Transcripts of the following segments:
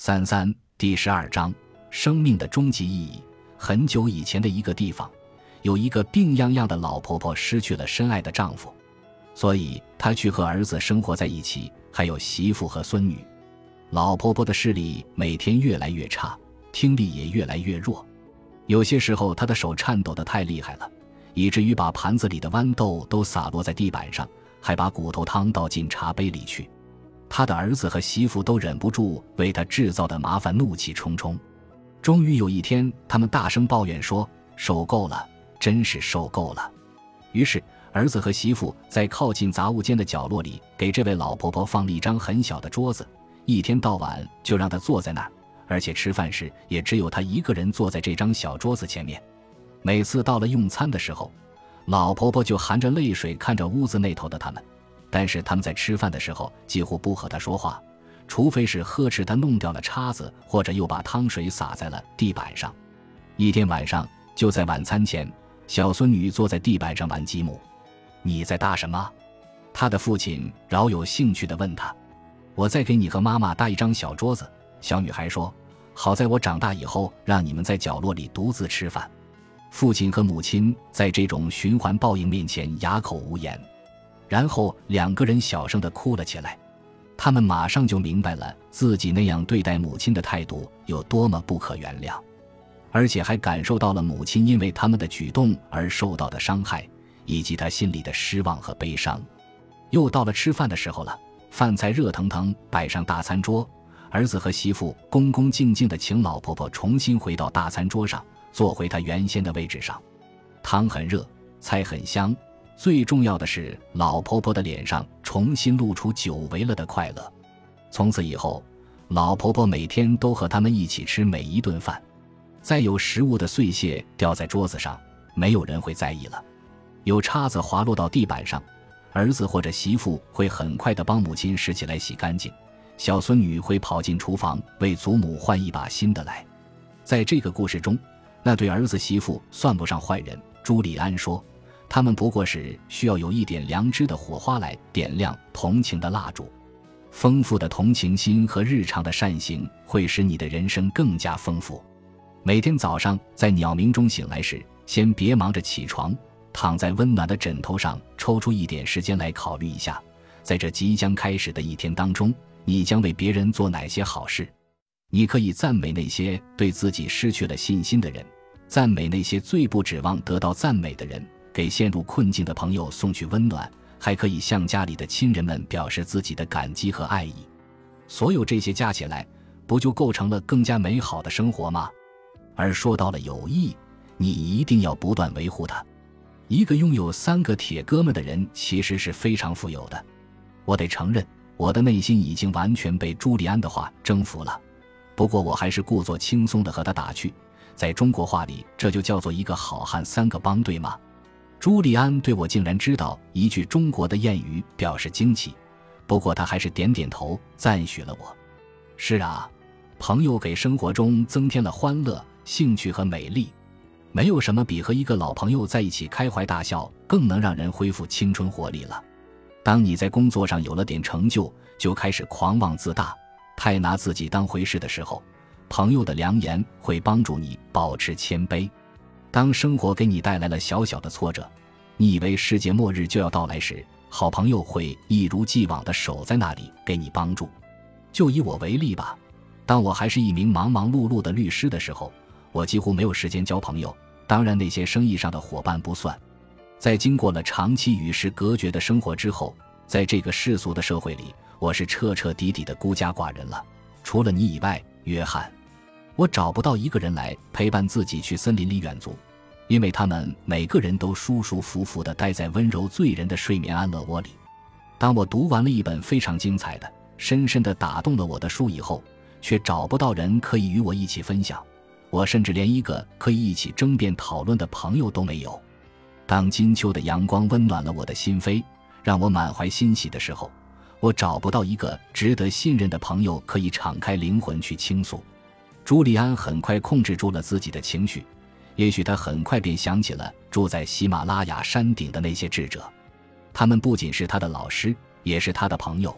33第12章生命的终极意义。很久以前的一个地方，有一个病怏怏的老婆婆失去了深爱的丈夫，所以她去和儿子生活在一起，还有媳妇和孙女。老婆婆的视力每天越来越差，听力也越来越弱，有些时候她的手颤抖得太厉害了，以至于把盘子里的豌豆都洒落在地板上，还把骨头汤倒进茶杯里去。他的儿子和媳妇都忍不住为他制造的麻烦怒气冲冲。终于有一天，他们大声抱怨说：受够了，真是受够了。于是儿子和媳妇在靠近杂物间的角落里给这位老婆婆放了一张很小的桌子，一天到晚就让她坐在那儿，而且吃饭时也只有她一个人坐在这张小桌子前面。每次到了用餐的时候，老婆婆就含着泪水看着屋子那头的他们，但是他们在吃饭的时候几乎不和他说话，除非是呵斥他弄掉了叉子，或者又把汤水洒在了地板上。一天晚上，就在晚餐前，小孙女坐在地板上玩积木。你在搭什么？她的父亲饶有兴趣地问她。我在给你和妈妈搭一张小桌子，小女孩说，好在我长大以后让你们在角落里独自吃饭。父亲和母亲在这种循环报应面前哑口无言，然后两个人小声地哭了起来。他们马上就明白了自己那样对待母亲的态度有多么不可原谅，而且还感受到了母亲因为他们的举动而受到的伤害，以及她心里的失望和悲伤。又到了吃饭的时候了，饭菜热腾腾摆上大餐桌，儿子和媳妇恭恭敬敬地请老婆婆重新回到大餐桌上，坐回她原先的位置上。汤很热，菜很香，最重要的是老婆婆的脸上重新露出久违了的快乐。从此以后，老婆婆每天都和他们一起吃每一顿饭。再有食物的碎屑掉在桌子上，没有人会在意了。有叉子滑落到地板上，儿子或者媳妇会很快地帮母亲拾起来洗干净，小孙女会跑进厨房为祖母换一把新的来。在这个故事中，那对儿子媳妇算不上坏人。朱利安说，他们不过是需要有一点良知的火花来点亮同情的蜡烛。丰富的同情心和日常的善行会使你的人生更加丰富。每天早上在鸟鸣中醒来时，先别忙着起床，躺在温暖的枕头上，抽出一点时间来考虑一下，在这即将开始的一天当中，你将为别人做哪些好事。你可以赞美那些对自己失去了信心的人，赞美那些最不指望得到赞美的人，给陷入困境的朋友送去温暖，还可以向家里的亲人们表示自己的感激和爱意。所有这些加起来，不就构成了更加美好的生活吗？而说到了友谊，你一定要不断维护它。一个拥有3个铁哥们的人其实是非常富有的。我得承认，我的内心已经完全被朱利安的话征服了，不过我还是故作轻松地和他打趣，在中国话里，这就叫做一个好汉3个帮，对吗？朱利安对我竟然知道一句中国的谚语表示惊奇，不过他还是点点头赞许了我。是啊，朋友给生活中增添了欢乐、兴趣和美丽。没有什么比和一个老朋友在一起开怀大笑更能让人恢复青春活力了。当你在工作上有了点成就，就开始狂妄自大，太拿自己当回事的时候，朋友的良言会帮助你保持谦卑。当生活给你带来了小小的挫折，你以为世界末日就要到来时，好朋友会一如既往地守在那里给你帮助。就以我为例吧，当我还是一名忙忙碌碌的律师的时候，我几乎没有时间交朋友，当然那些生意上的伙伴不算。在经过了长期与世隔绝的生活之后，在这个世俗的社会里，我是彻彻底底的孤家寡人了。除了你以外，约翰，我找不到一个人来陪伴自己去森林里远足，因为他们每个人都舒舒服服地待在温柔醉人的睡眠安乐窝里。当我读完了一本非常精彩的、深深地打动了我的书以后，却找不到人可以与我一起分享，我甚至连一个可以一起争辩讨论的朋友都没有。当金秋的阳光温暖了我的心扉，让我满怀欣喜的时候，我找不到一个值得信任的朋友可以敞开灵魂去倾诉。朱利安很快控制住了自己的情绪，也许他很快便想起了住在喜马拉雅山顶的那些智者，他们不仅是他的老师，也是他的朋友，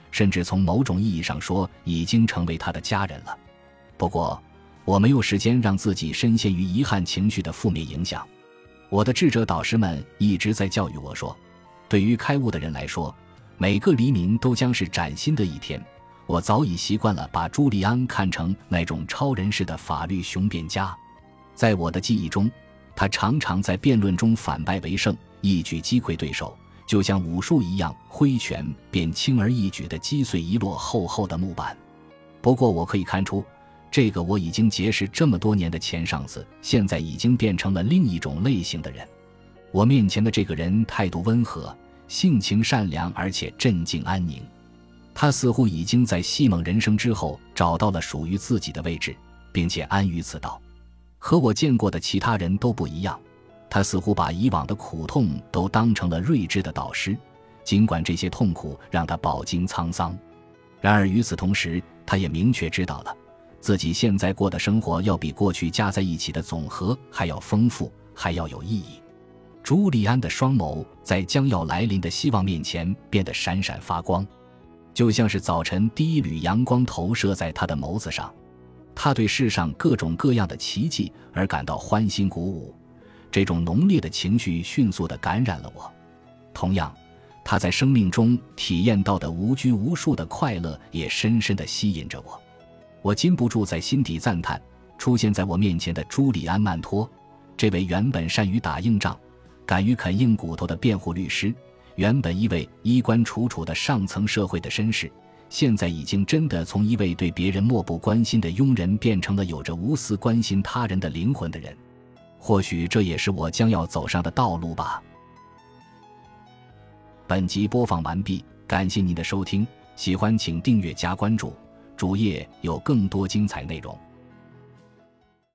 甚至从某种意义上说，已经成为他的家人了。不过，我没有时间让自己深陷于遗憾情绪的负面影响。我的智者导师们一直在教育我说，对于开悟的人来说，每个黎明都将是崭新的一天。我早已习惯了把朱利安看成那种超人式的法律雄辩家。在我的记忆中，他常常在辩论中反败为胜，一举击溃对手，就像武术一样，挥拳便轻而易举地击碎一摞厚厚的木板。不过我可以看出，这个我已经结识这么多年的前上司，现在已经变成了另一种类型的人。我面前的这个人态度温和，性情善良，而且镇静安宁。他似乎已经在戏梦人生之后找到了属于自己的位置，并且安于此道。和我见过的其他人都不一样，他似乎把以往的苦痛都当成了睿智的导师，尽管这些痛苦让他饱经沧桑。然而与此同时，他也明确知道了自己现在过的生活要比过去加在一起的总和还要丰富，还要有意义。朱利安的双眸在将要来临的希望面前变得闪闪发光，就像是早晨第一缕阳光投射在他的眸子上。他对世上各种各样的奇迹而感到欢欣鼓舞，这种浓烈的情绪迅速地感染了我。同样，他在生命中体验到的无拘无束的快乐也深深地吸引着我。我禁不住在心底赞叹，出现在我面前的朱利安·曼托，这位原本善于打硬仗、敢于啃硬骨头的辩护律师，原本一位衣冠楚楚的上层社会的绅士，现在已经真的从一位对别人漠不关心的庸人变成了有着无私关心他人的灵魂的人。或许这也是我将要走上的道路吧。本集播放完毕，感谢您的收听，喜欢请订阅加关注，主页有更多精彩内容。